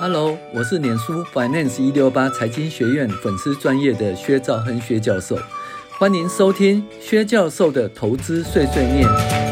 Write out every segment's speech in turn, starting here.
Hello， 我是脸书 Finance 168财经学院粉丝专业的薛兆亨薛教授，欢迎收听薛教授的投资碎碎念。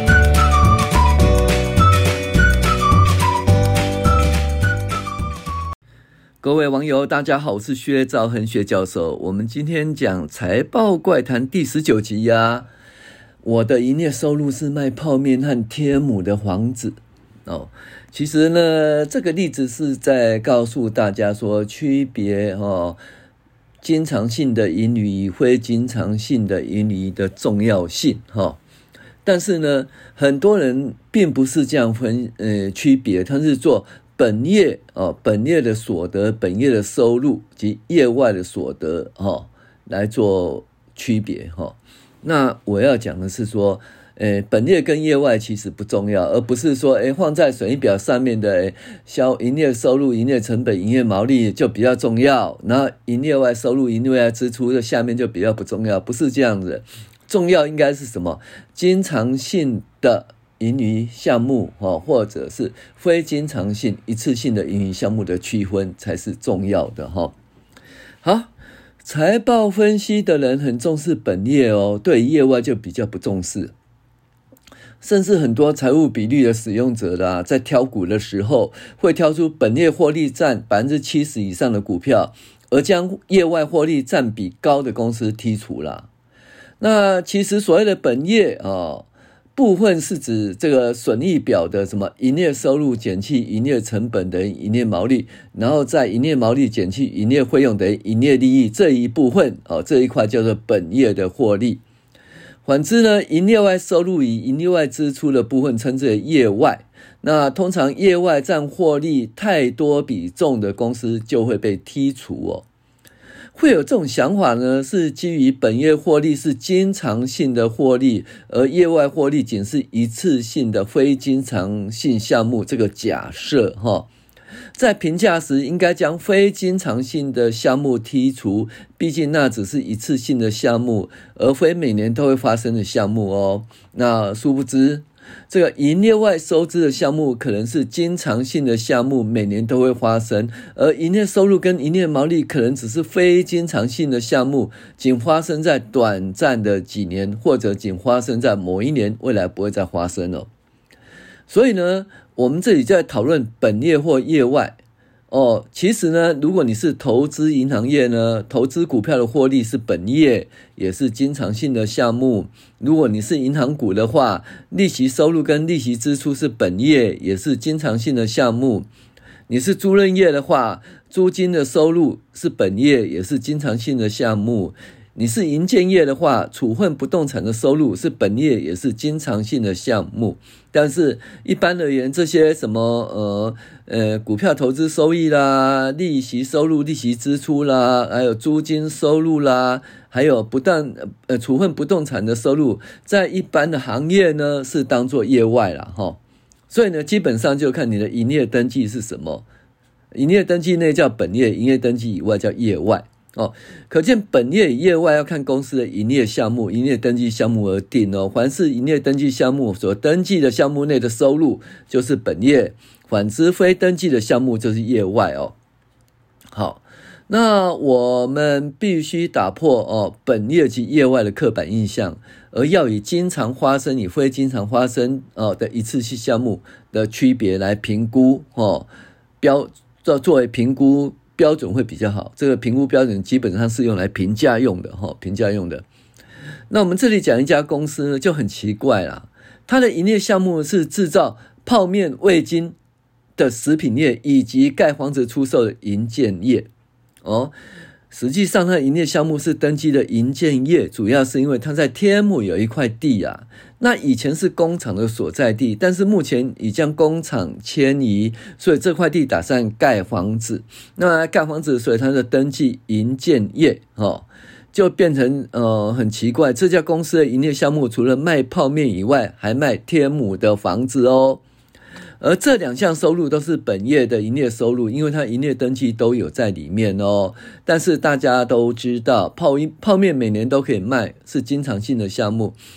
各位网友大家好，我是薛兆亨薛教授。我们今天讲财报怪谈第19集啊。我的营业收入是卖泡面和天母的房子其实呢，这个例子是在告诉大家说区别经常性的盈余与非经常性的盈余的重要性但是呢，很多人并不是这样区别，他是做本业的所得、本业的收入及业外的所得来做区别那我要讲的是说本业跟业外其实不重要，而不是说放在损益表上面的营业收入、营业成本、营业毛利就比较重要，然后营业外收入、营业外支出的下面就比较不重要，不是这样子。重要应该是什么？经常性的盈余项目或者是非经常性一次性的盈余项目的区分才是重要的好，财报分析的人很重视本业对业外就比较不重视。甚至很多财务比率的使用者在挑股的时候会挑出本业获利占 70% 以上的股票，而将业外获利占比高的公司剔除啦。那其实所谓的本业部分是指这个损益表的什么营业收入减去营业成本的营业毛利，然后在营业毛利减去营业费用的营业利益这一部分这一块叫做本业的获利。反之呢，营业外收入与营业外支出的部分称之为业外。那通常业外占获利太多比重的公司就会被剔除会有这种想法呢，是基于本业获利是经常性的获利，而业外获利仅是一次性的非经常性项目这个假设在评价时应该将非经常性的项目剔除，毕竟那只是一次性的项目，而非每年都会发生的项目那殊不知这个营业外收支的项目可能是经常性的项目，每年都会发生，而营业收入跟营业毛利可能只是非经常性的项目，仅发生在短暂的几年，或者仅发生在某一年，未来不会再发生所以呢，我们这里在讨论本业或业外其实呢，如果你是投资银行业呢，投资股票的获利是本业，也是经常性的项目。如果你是银行股的话，利息收入跟利息支出是本业，也是经常性的项目。你是租赁业的话，租金的收入是本业，也是经常性的项目。你是营建业的话，处分不动产的收入是本业，也是经常性的项目。但是一般而言，这些什么股票投资收益啦、利息收入、利息支出啦，还有租金收入啦，还有处分不动产的收入，在一般的行业呢是当作业外啦所以呢，基本上就看你的营业登记是什么，营业登记内叫本业，营业登记以外叫业外。可见本业与业外要看公司的营业项目、营业登记项目而定凡是营业登记项目所登记的项目内的收入就是本业，反之非登记的项目就是业外好，那我们必须打破本业及业外的刻板印象，而要以经常发生与非经常发生的一次性项目的区别来评估作为评估标准会比较好。这个评估标准基本上是用来评价用的评价用的。那我们这里讲一家公司呢就很奇怪啦，它的营业项目是制造泡面、味精的食品业以及盖房子出售的营建业实际上它的营业项目是登记的营建业，主要是因为它在天母有一块地那以前是工厂的所在地，但是目前已将工厂迁移，所以这块地打算盖房子。那盖房子，所以它的登记营建业就变成很奇怪，这家公司的营业项目除了卖泡面以外，还卖天母的房子而这两项收入都是本业的营业收入，因为它营业登记都有在里面但是大家都知道泡面每年都可以卖，是经常性的项目。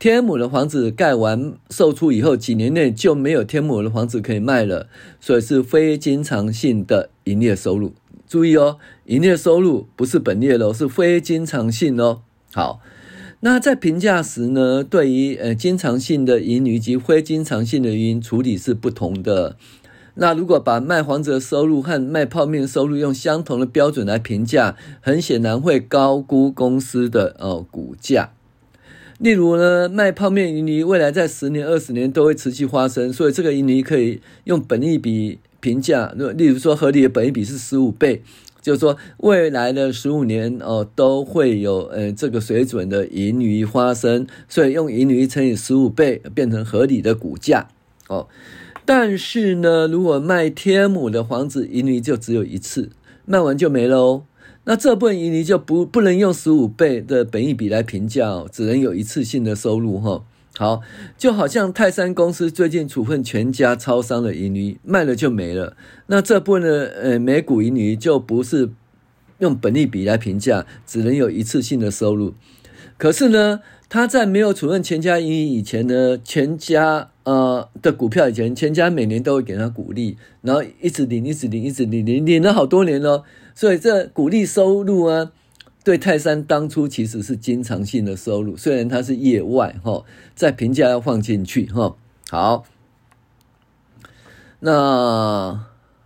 天母的房子盖完售出以后，几年内就没有天母的房子可以卖了，所以是非经常性的营业收入。注意哦，营业收入不是本业咯，是非经常性哦。好，那在评价时呢，对于经常性的盈余及非经常性的盈余处理是不同的。那如果把卖房子的收入和卖泡面的收入用相同的标准来评价，很显然会高估公司的股价。例如呢，卖泡面盈余未来在10年、20年都会持续发生，所以这个盈余可以用本益比评价。例如说，合理的本益比是15倍，就是说未来的15年都会有这个水准的盈余发生，所以用盈余乘以15倍变成合理的股价哦。但是呢，如果卖天母的房子，盈余就只有一次，卖完就没了哦。那这部分盈余就不能用15倍的本益比来评价哦，只能有一次性的收入哈。好，就好像泰山公司最近处分全家超商的盈余，卖了就没了。那这部分的每股盈余就不是用本益比来评价，只能有一次性的收入。可是呢，他在没有处分全家盈余以前呢，全家的股票以前，全家每年都会给他股利，然后一直领了好多年了。所以这股利收入啊，对泰山当初其实是经常性的收入，虽然它是业外在评价要放进去好，那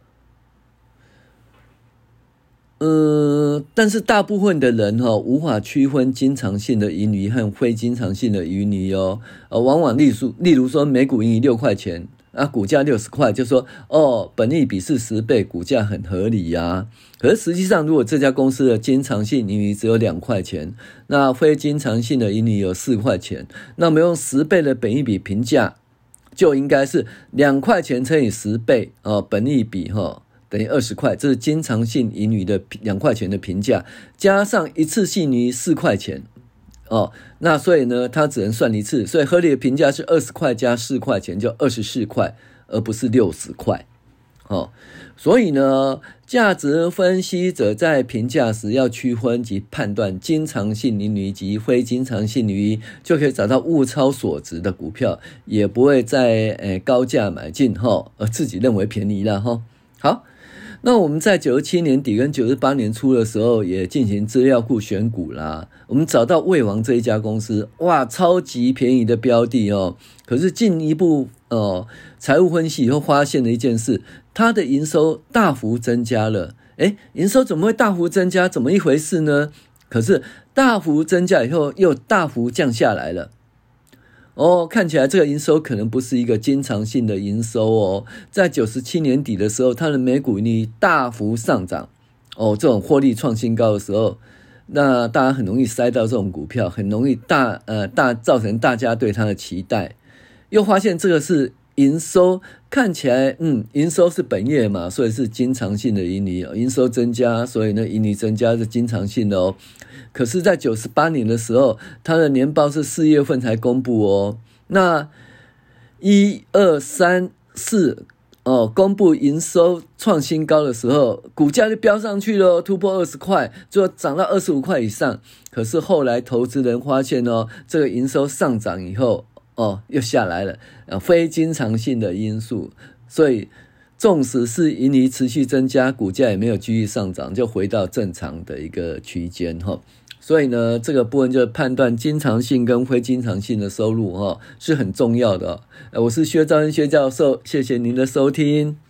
但是大部分的人无法区分经常性的盈余和非经常性的盈余往往例如说每股盈余6块钱股价60块，就说本益比是10倍，股价很合理呀。可是实际上，如果这家公司的经常性盈余只有2块钱，那非经常性的盈余有4块钱，那我们用10倍的本益比评价，就应该是2块钱乘以10倍本益比等于20块，这是经常性盈余的2块钱的评价，加上一次性盈余4块钱那所以呢，它只能算一次，所以合理的评价是20块加4块钱，就24块，而不是60块所以呢，价值分析者在评价时要区分及判断经常性盈余及非经常性盈余，就可以找到物超所值的股票，也不会在高价买进而自己认为便宜了好，那我们在97年底跟98年初的时候也进行资料库选股啦，我们找到魏王这一家公司，哇，超级便宜的标的可是进一步财务分析以后发现了一件事，它的营收大幅增加了。营收怎么会大幅增加？怎么一回事呢？可是大幅增加以后又大幅降下来了。看起来这个营收可能不是一个经常性的营收在97年底的时候，它的每股盈利大幅上涨这种获利创新高的时候，那大家很容易塞到这种股票，很容易造成大家对它的期待，又发现这个是营收，看起来营收是本业嘛，所以是经常性的盈利营收增加，所以呢盈利增加是经常性的可是在98年的时候，它的年报是4月份才公布那1、2、3、4公布营收创新高的时候，股价就飙上去了，突破20块，最后涨到25块以上。可是后来投资人发现这个营收上涨以后又下来了，非经常性的因素，所以纵使是盈余持续增加，股价也没有继续上涨，就回到正常的一个区间所以呢，这个部分就是判断经常性跟非经常性的收入是很重要的我是薛兆恩薛教授，谢谢您的收听。